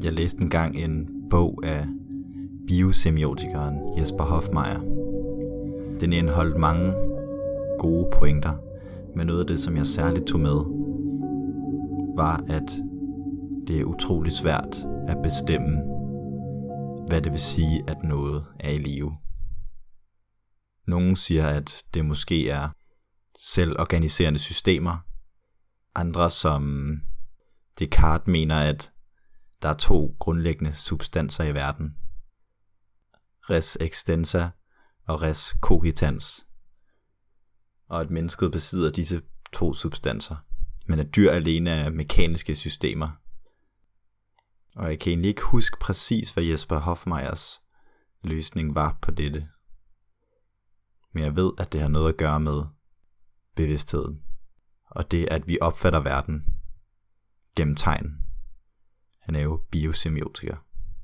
Jeg læste engang en bog af biosemiotikeren Jesper Hoffmeyer. Den indeholdt mange gode pointer, men noget af det, som jeg særligt tog med, var, at det er utrolig svært at bestemme, hvad det vil sige, at noget er i live. Nogle siger, at det måske er selvorganiserende systemer. Andre, som Descartes, mener, at der er 2 grundlæggende substanser i verden. Res extensa og res cogitans. Og at mennesket besidder disse 2 substanser, men at dyr alene er mekaniske systemer. Og jeg kan egentlig ikke huske præcis, hvad Jesper Hoffmeyers løsning var på dette. Men jeg ved, at det har noget at gøre med bevidstheden. Og det, at vi opfatter verden gennem tegn. Han er jo biosemiotiker.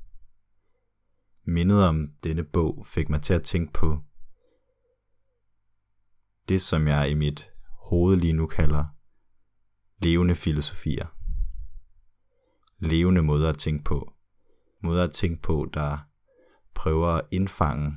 Mindet om denne bog fik mig til at tænke på det, som jeg i mit hoved lige nu kalder levende filosofier. Levende måder at tænke på. Måder at tænke på, der prøver at indfange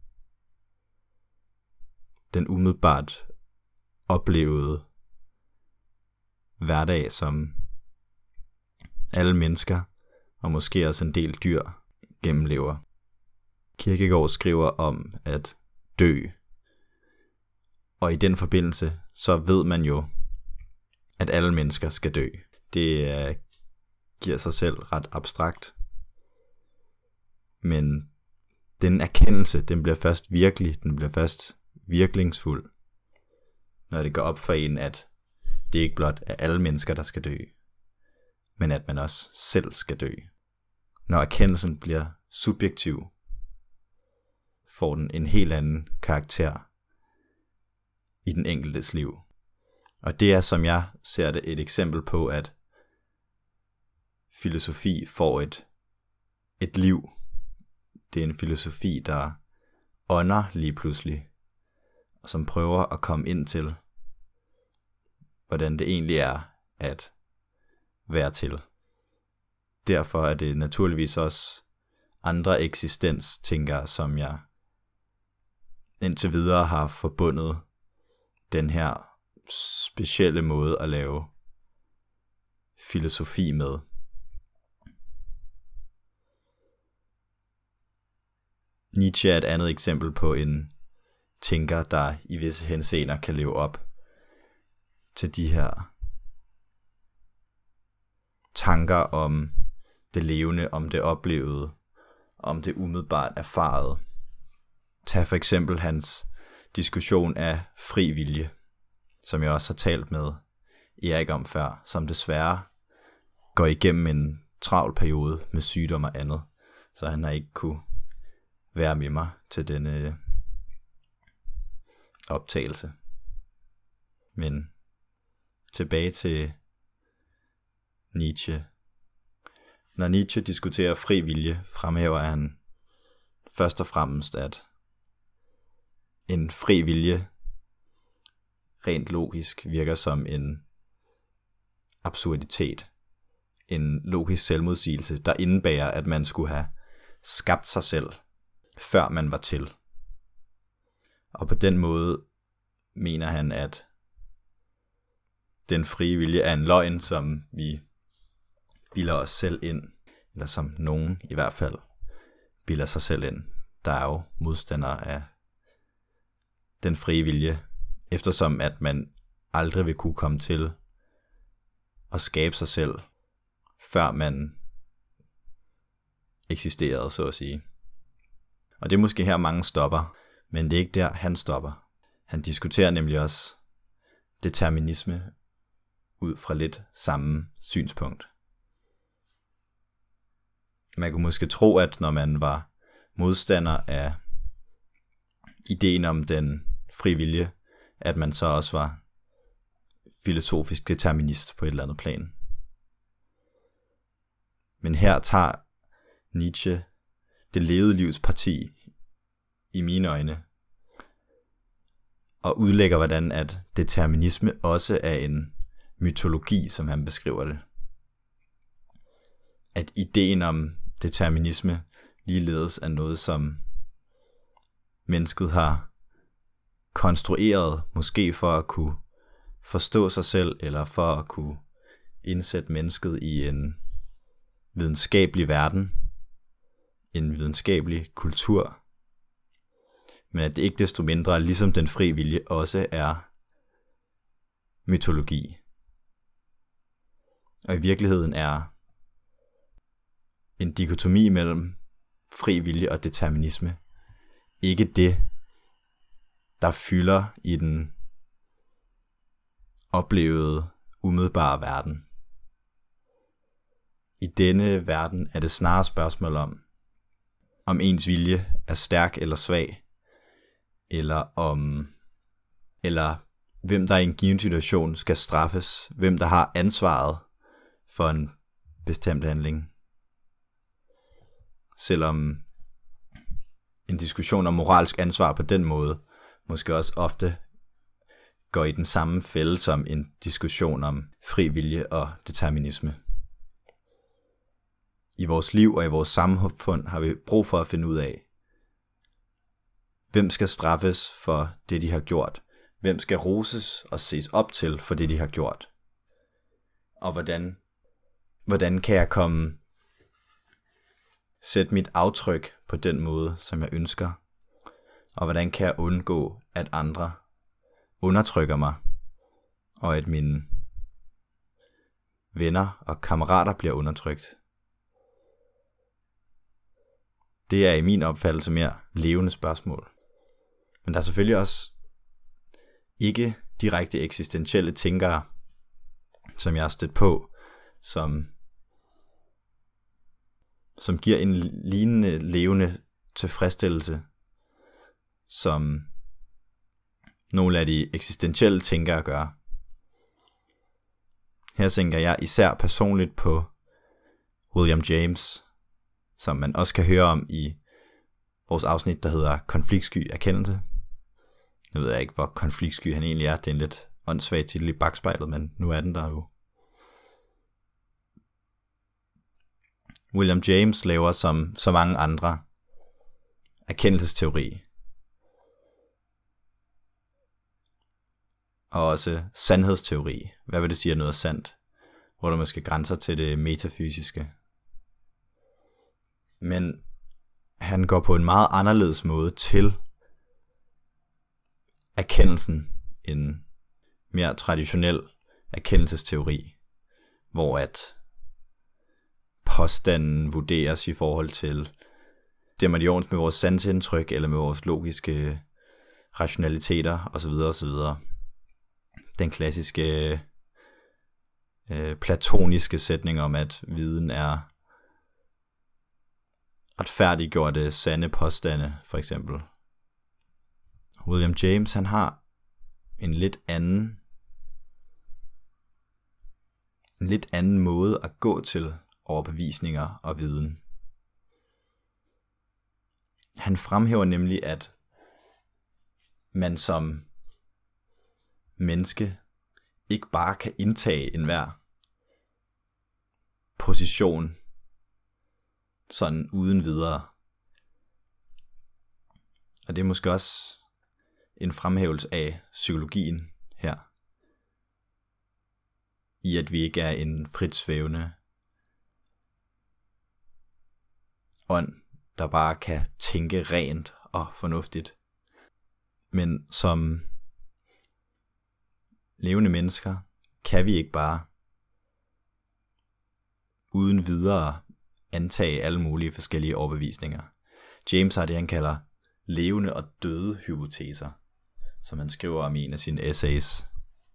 den umiddelbart oplevede hverdag, som alle mennesker, og måske også en del dyr, gennemlever. Kierkegaard skriver om at dø. Og i den forbindelse, så ved man jo, at alle mennesker skal dø. Det giver sig selv ret abstrakt. Men den erkendelse, den bliver først virkelig, den bliver først virkningsfuld, når det går op for en, at det ikke blot er alle mennesker, der skal dø, men at man også selv skal dø. Når erkendelsen bliver subjektiv, får den en helt anden karakter i den enkeltes liv. Og det er, som jeg ser det, et eksempel på, at filosofi får et liv. Det er en filosofi, der ånder lige pludselig, og som prøver at komme ind til, hvordan det egentlig er at være til. Derfor er det naturligvis også andre eksistenstænkere, som jeg indtil videre har forbundet den her specielle måde at lave filosofi med. Nietzsche er et andet eksempel på en tænker, der i visse henseender kan leve op til de her tanker om det levende, om det oplevede, om det umiddelbart erfarede. Tag for eksempel hans diskussion af fri vilje, som jeg også har talt med Erik om før, som desværre går igennem en travl periode med sygdom og andet, så han har ikke kunne være med mig til denne optagelse. Men tilbage til Nietzsche. Når Nietzsche diskuterer fri vilje, fremhæver han først og fremmest, at en fri vilje rent logisk virker som en absurditet. En logisk selvmodsigelse, der indebærer, at man skulle have skabt sig selv, før man var til. Og på den måde mener han, at den frie vilje er en løgn, som vi bilder os selv ind, eller som nogen i hvert fald bilder sig selv ind. Der er jo modstandere af den frie vilje, eftersom at man aldrig vil kunne komme til at skabe sig selv, før man eksisterede, så at sige. Og det er måske her mange stopper, men det er ikke der, han stopper. Han diskuterer nemlig også determinisme ud fra lidt samme synspunkt. Man kunne måske tro, at når man var modstander af ideen om den fri vilje, at man så også var filosofisk determinist på et eller andet plan. Men her tager Nietzsche det levede livs parti i mine øjne, og udlægger, hvordan at determinisme også er en mytologi, som han beskriver det. at ideen om determinisme ligeledes er noget, som mennesket har konstrueret, måske for at kunne forstå sig selv, eller for at kunne indsætte mennesket i en videnskabelig verden, en videnskabelig kultur, men at det ikke desto mindre, ligesom den fri vilje, også er mytologi. Og i virkeligheden er en dikotomi mellem fri vilje og determinisme ikke det, der fylder i den oplevede, umiddelbare verden. I denne verden er det snarere spørgsmål om ens vilje er stærk eller svag, eller hvem der i en given situation skal straffes, hvem der har ansvaret for en bestemt handling. Selvom en diskussion om moralsk ansvar på den måde måske også ofte går i den samme fælde som en diskussion om fri vilje og determinisme. I vores liv og i vores samfund har vi brug for at finde ud af, hvem skal straffes for det, de har gjort, hvem skal roses og ses op til for det, de har gjort, og hvordan kan jeg sætte mit aftryk på den måde, som jeg ønsker, og hvordan kan jeg undgå, at andre undertrykker mig, og at mine venner og kammerater bliver undertrykt. Det er i min opfattelse mere levende spørgsmål. Men der er selvfølgelig også ikke direkte eksistentielle tænkere, som jeg har stødt på, som giver en lignende levende tilfredsstillelse, som nogle af de eksistentielle tænkere gør. Her tænker jeg især personligt på William James, som man også kan høre om i vores afsnit, der hedder Konfliktsky erkendelse. Jeg ved ikke, hvor konfliktsky han egentlig er. Det er en lidt åndssvag titel i bagspejlet, men nu er den der jo. William James laver som så mange andre erkendelsesteori. Og også sandhedsteori. Hvad vil det sige, at noget er sandt? Hvor der måske grænser til det metafysiske. Men han går på en meget anderledes måde til erkendelsen end mere traditionel erkendelsesteori, hvor at påstanden vurderes i forhold til, stemmer de overens med vores sansindtryk eller med vores logiske rationaliteter osv. osv. Den klassiske platoniske sætning om, at viden er retfærdiggjorte sande påstande, for eksempel. William James, han har en lidt anden måde at gå til overbevisninger og viden. Han fremhæver nemlig, at man som menneske ikke bare kan indtage enhver position sådan uden videre. Og det er måske også en fremhævelse af psykologien her, i at vi ikke er en frit svævende ånd, der bare kan tænke rent og fornuftigt, men som levende mennesker kan vi ikke bare uden videre antage alle mulige forskellige overbevisninger. James har det, han kalder levende og døde hypoteser, som han skriver om i en af sine essays.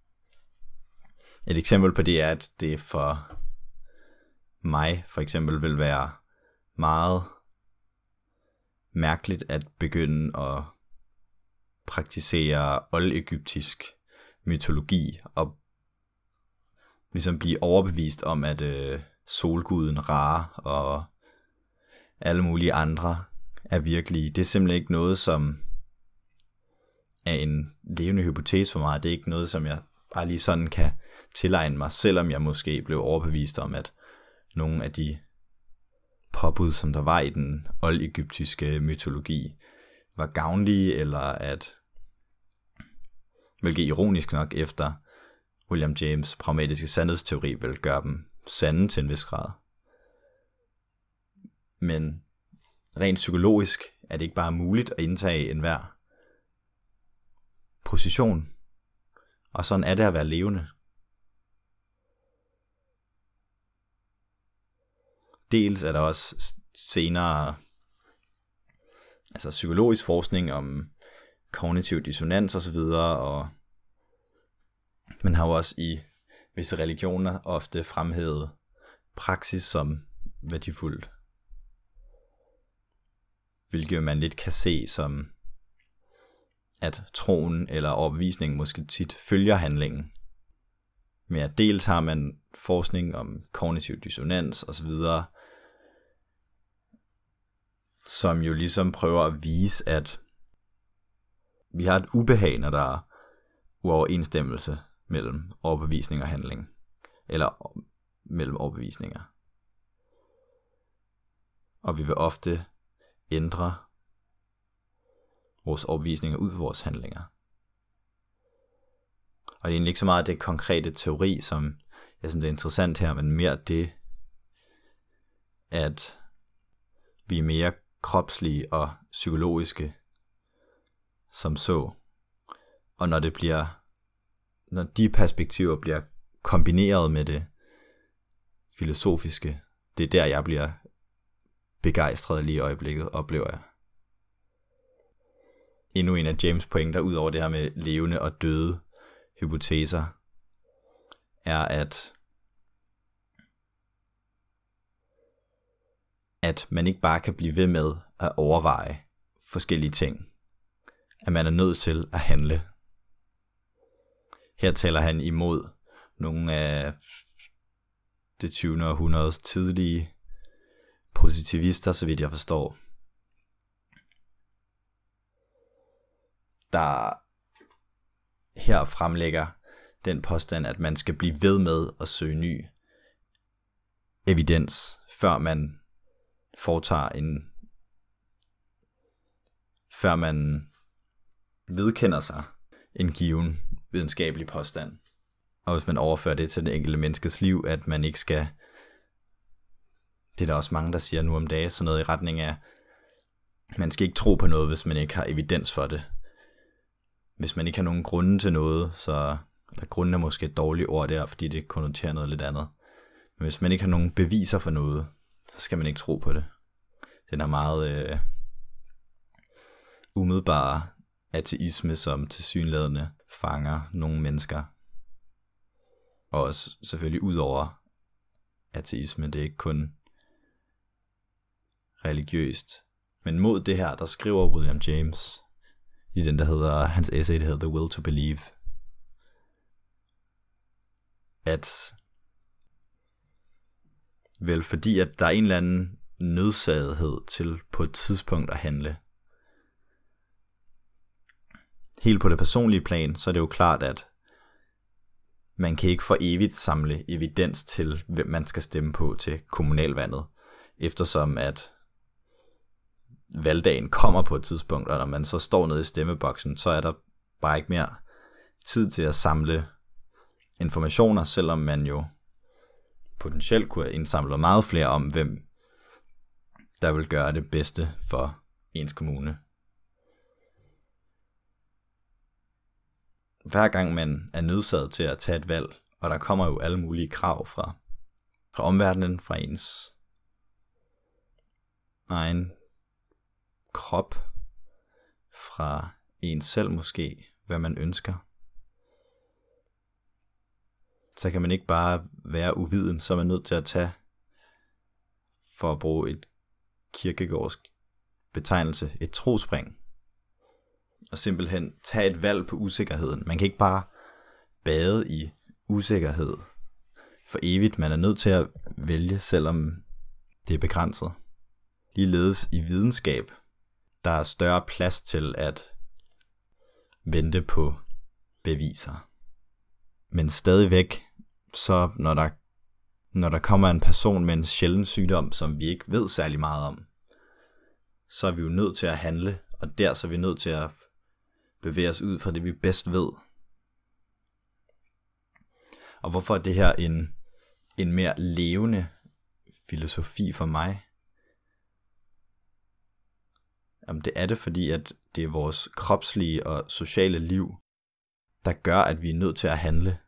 Et eksempel på det er, at det for mig for eksempel vil være meget mærkeligt at begynde at praktisere oldegyptisk mytologi og ligesom blive overbevist om, at solguden Ra og alle mulige andre er virkelige. Det er simpelthen ikke noget, som er en levende hypotese for mig. Det er ikke noget, som jeg bare lige sådan kan tilegne mig, selvom jeg måske blev overbevist om, at nogle af de påbud, som der var i den oldegyptiske mytologi, var gavnlige, eller at, hvilket ironisk nok efter William James' pragmatiske sandhedsteori vil gøre dem sande til en vis grad. Men rent psykologisk er det ikke bare muligt at indtage enhver position, og sådan er det at være levende. Dels er der også senere psykologisk forskning om kognitiv dissonans og så videre, og man har jo også i visse religioner ofte fremhævet praksis som værdifuldt, hvilket man lidt kan se som, at troen eller overbevisningen måske tit følger handlingen. Men at dels har man forskning om kognitiv dissonans og så videre, som jo ligesom prøver at vise, at vi har et ubehag, når der er uoverensstemmelse mellem overbevisning og handling, eller mellem overbevisninger. Og vi vil ofte ændre vores overbevisninger ud for vores handlinger. Og det er egentlig ikke så meget det konkrete teori, som jeg synes det er interessant her, men mere det, at vi er mere kropslige og psykologiske som så. Og når de perspektiver bliver kombineret med det filosofiske, det er der jeg bliver begejstret lige i øjeblikket, oplever jeg. Endnu en af James' pointer, ud over det her med levende og døde hypoteser, er at man ikke bare kan blive ved med at overveje forskellige ting. At man er nødt til at handle. Her taler han imod nogle af det 20. århundredes tidlige positivister, så vidt jeg forstår, der her fremlægger den påstand, at man skal blive ved med at søge ny evidens, før man før man vedkender sig en given videnskabelig påstand. Og hvis man overfører det til det enkelte menneskes liv, at man ikke skal, det er der også mange, der siger nu om dagen, sådan noget i retning af, man skal ikke tro på noget, hvis man ikke har evidens for det. Hvis man ikke har nogen grunde til noget, så, eller grunden er måske et dårligt ord der, fordi det konnoterer noget lidt andet. Men hvis man ikke har nogen beviser for noget, så skal man ikke tro på det. Den er meget umiddelbare ateisme, som tilsyneladende fanger nogle mennesker. Og også selvfølgelig ud over ateisme, det er ikke kun religiøst. Men mod det her, der skriver William James i den, der hedder, hans essay, der hedder The Will to Believe, at vel fordi, at der er en eller anden nødsagethed til på et tidspunkt at handle. Helt på det personlige plan, så er det jo klart, at man kan ikke for evigt samle evidens til, hvem man skal stemme på til kommunalvalget, eftersom at valgdagen kommer på et tidspunkt, og når man så står nede i stemmeboksen, så er der bare ikke mere tid til at samle informationer, selvom man jo potentielt kunne have indsamlet meget flere om, hvem der vil gøre det bedste for ens kommune. Hver gang man er nødsaget til at tage et valg, og der kommer jo alle mulige krav fra omverdenen, fra ens egen krop, fra ens selv måske, hvad man ønsker, så kan man ikke bare være uviden, så er man nødt til at tage, for at bruge et Kierkegaards betegnelse, et trospring, og simpelthen tage et valg på usikkerheden. Man kan ikke bare bade i usikkerhed for evigt. Man er nødt til at vælge, selvom det er begrænset. Ligeledes i videnskab, der er større plads til at vente på beviser. Men stadigvæk, så Når der kommer en person med en sjælden sygdom, som vi ikke ved særlig meget om, så er vi jo nødt til at handle, og der så er vi nødt til at bevæge os ud fra det, vi bedst ved. Og hvorfor er det her en mere levende filosofi for mig? Jamen det er det, fordi at det er vores kropslige og sociale liv, der gør, at vi er nødt til at handle.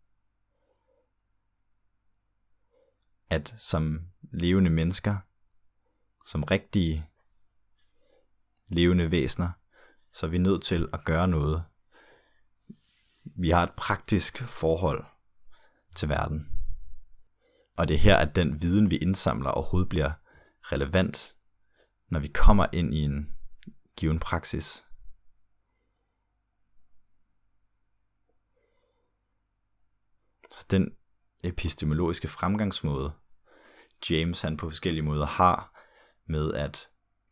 At som levende mennesker, som rigtige levende væsener, så er vi nødt til at gøre noget. Vi har et praktisk forhold til verden. Og det er her, at den viden, vi indsamler, overhovedet bliver relevant, når vi kommer ind i en given praksis. Så den epistemologiske fremgangsmåde, James han på forskellige måder har med at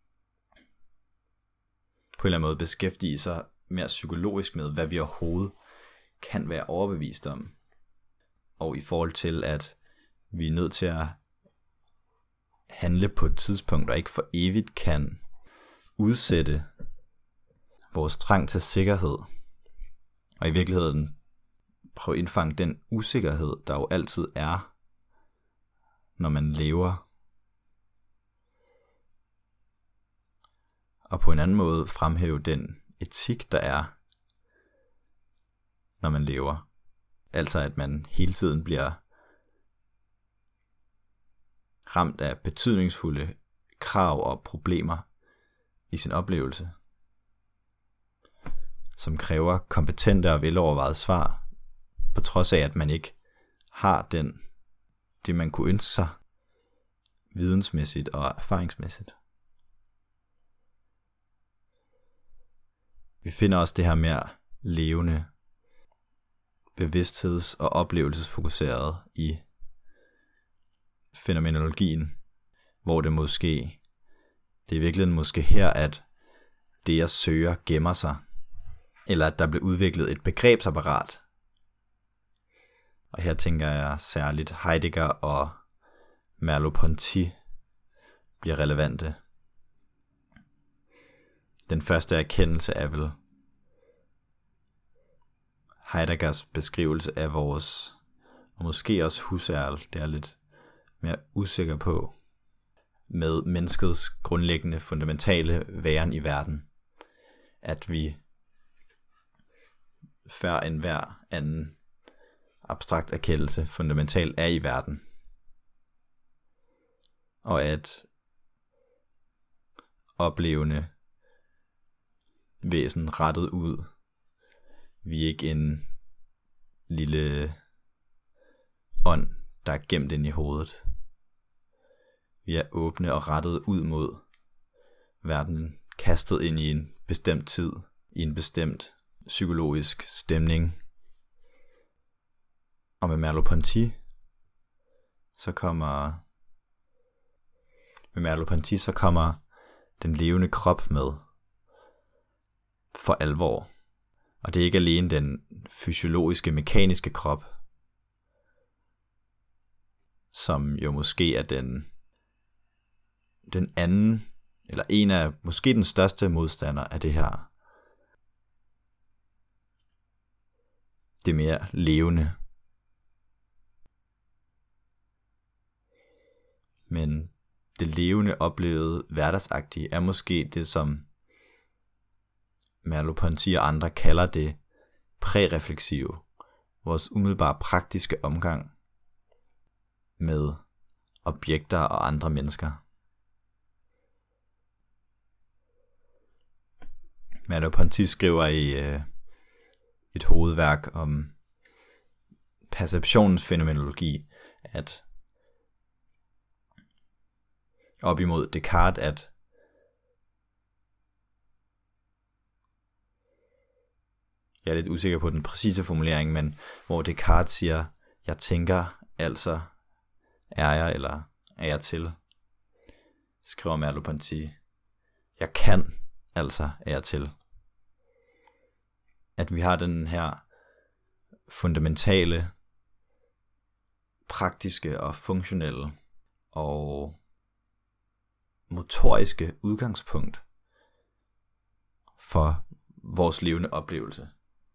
på en eller anden måde beskæftige sig mere psykologisk med, hvad vi overhovedet kan være overbevist om. Og i forhold til, at vi er nødt til at handle på et tidspunkt, og ikke for evigt kan udsætte vores trang til sikkerhed. Og i virkeligheden prøve at indfange den usikkerhed, der jo altid er, når man lever. Og på en anden måde fremhæve den etik, der er, når man lever. Altså at man hele tiden bliver ramt af betydningsfulde krav og problemer i sin oplevelse, som kræver kompetente og velovervejede svar, på trods af at man ikke har det man kunne ønske sig, vidensmæssigt og erfaringsmæssigt. Vi finder også det her mere levende, bevidstheds- og oplevelsesfokuseret i fænomenologien, hvor det er i virkeligheden måske her, at det jeg søger gemmer sig, eller at der bliver udviklet et begrebsapparat. Og her tænker jeg særligt Heidegger og Merleau-Ponty bliver relevante. Den første erkendelse er vel Heideggers beskrivelse af vores, og måske også Husserl, det er lidt mere usikker på, med menneskets grundlæggende fundamentale væren i verden. At vi før enhver anden abstrakt erkendelse fundamentalt er i verden. Og at oplevende væsen rettet ud. Vi er ikke en lille ånd, der er gemt ind i hovedet. Vi er åbne og rettet ud mod verden, kastet ind i en bestemt tid, i en bestemt psykologisk stemning. Og med Merleau-Ponty, så kommer den levende krop med for alvor. Og det er ikke alene den fysiologiske, mekaniske krop, som jo måske er den anden, eller en af, måske den største modstander af det her. Det mere levende. Men det levende oplevede hverdagsagtige er måske det, som Merleau-Ponty og andre kalder det prærefleksive, vores umiddelbare praktiske omgang med objekter og andre mennesker. Merleau-Ponty skriver i et hovedværk om perceptionens fænomenologi, at op imod Descartes, at jeg er lidt usikker på den præcise formulering, men hvor Descartes siger, jeg tænker, altså er jeg, eller er jeg til, skriver Merleau-Ponty, jeg kan, altså er jeg til. At vi har den her fundamentale praktiske og funktionelle og motoriske udgangspunkt for vores levende oplevelse.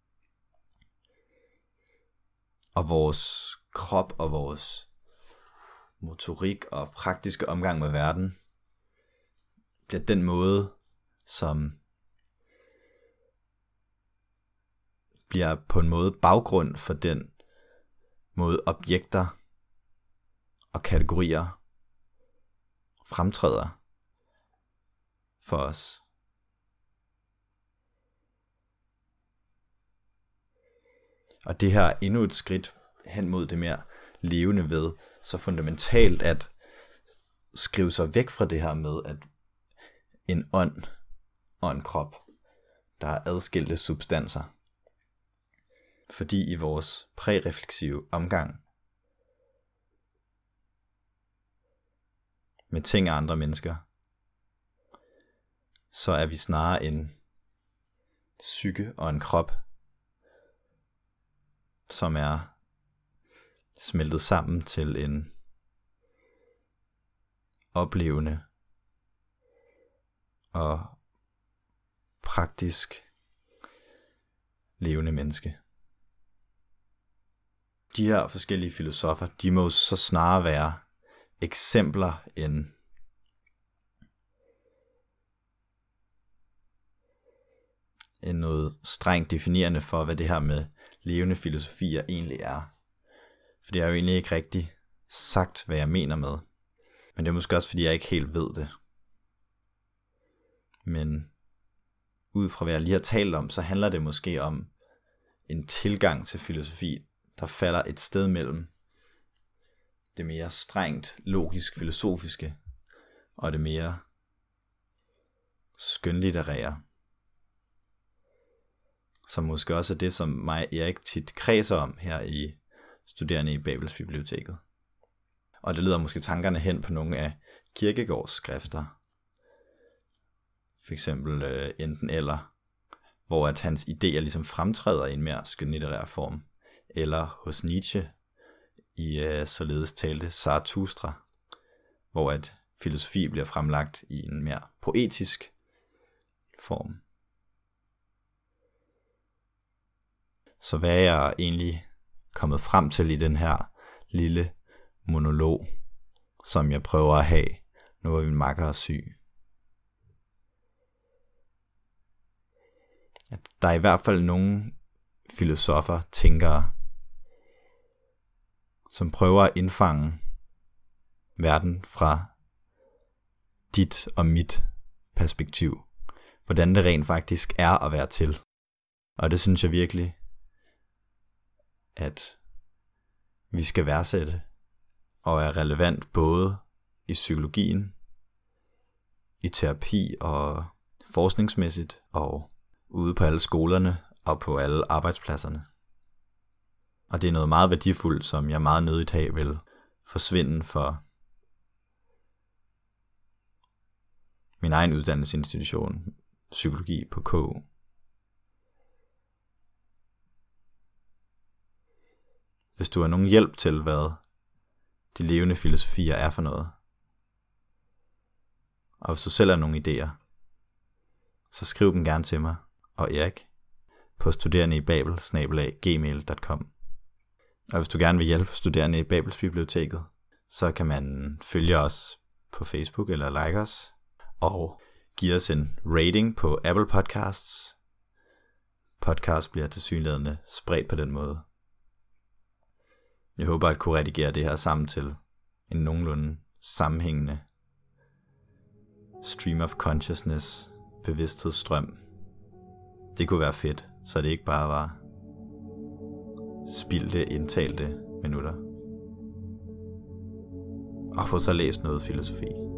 Og vores krop og vores motorik og praktiske omgang med verden bliver den måde, som bliver på en måde baggrund for den måde objekter og kategorier fremtræder for os. Og det her er endnu et skridt hen mod det mere levende ved så fundamentalt at skrive sig væk fra det her med, at en ånd og en krop, der er adskilte substanser. Fordi i vores prærefleksive omgang med ting af andre mennesker, så er vi snarere en psyke og en krop, som er smeltet sammen til en oplevende og praktisk levende menneske. De her forskellige filosofer, de må så snarere være eksempler end noget strengt definerende for, hvad det her med levende filosofier egentlig er. For det er jo egentlig ikke rigtig sagt, hvad jeg mener med. Men det er måske også, fordi jeg ikke helt ved det. Men ud fra hvad jeg lige har talt om, så handler det måske om en tilgang til filosofi, der falder et sted mellem det mere strengt logisk filosofiske og det mere skønlitterære, som måske også er det, som mig og Erik tit kredser om her i Studerende i Babelsbiblioteket. Og det leder måske tankerne hen på nogle af Kierkegaards skrifter, for eksempel enten eller, hvor at hans idéer ligesom fremtræder i en mere skønlitterær form, eller hos Nietzsche i således talte Zarathustra, hvor at filosofi bliver fremlagt i en mere poetisk form. Så hvad er jeg egentlig kommet frem til i den her lille monolog, som jeg prøver at have, nu hvor min makker er syg? At der er i hvert fald nogle filosofer, tænkere, som prøver at indfange verden fra dit og mit perspektiv. Hvordan det rent faktisk er at være til. Og det synes jeg virkelig, at vi skal værdsætte og er relevant både i psykologien, i terapi og forskningsmæssigt og ude på alle skolerne og på alle arbejdspladserne. Og det er noget meget værdifuldt, som jeg meget nødigt have vil forsvinde for min egen uddannelsesinstitution, psykologi på KU. Hvis du har nogen hjælp til, hvad de levende filosofier er for noget, og hvis du selv har nogle idéer, så skriv dem gerne til mig og Erik på studerendeibabel@gmail.com. Og hvis du gerne vil hjælpe Studerende i Babelsbiblioteket, så kan man følge os på Facebook eller like os, og give os en rating på Apple Podcasts. Podcast bliver tilsyneladende spredt på den måde. Jeg håber at kunne redigere det her sammen til en nogenlunde sammenhængende stream of consciousness, bevidsthedsstrøm. Det kunne være fedt, så det ikke bare var spildte, indtalte minutter. Og få så læst noget filosofi.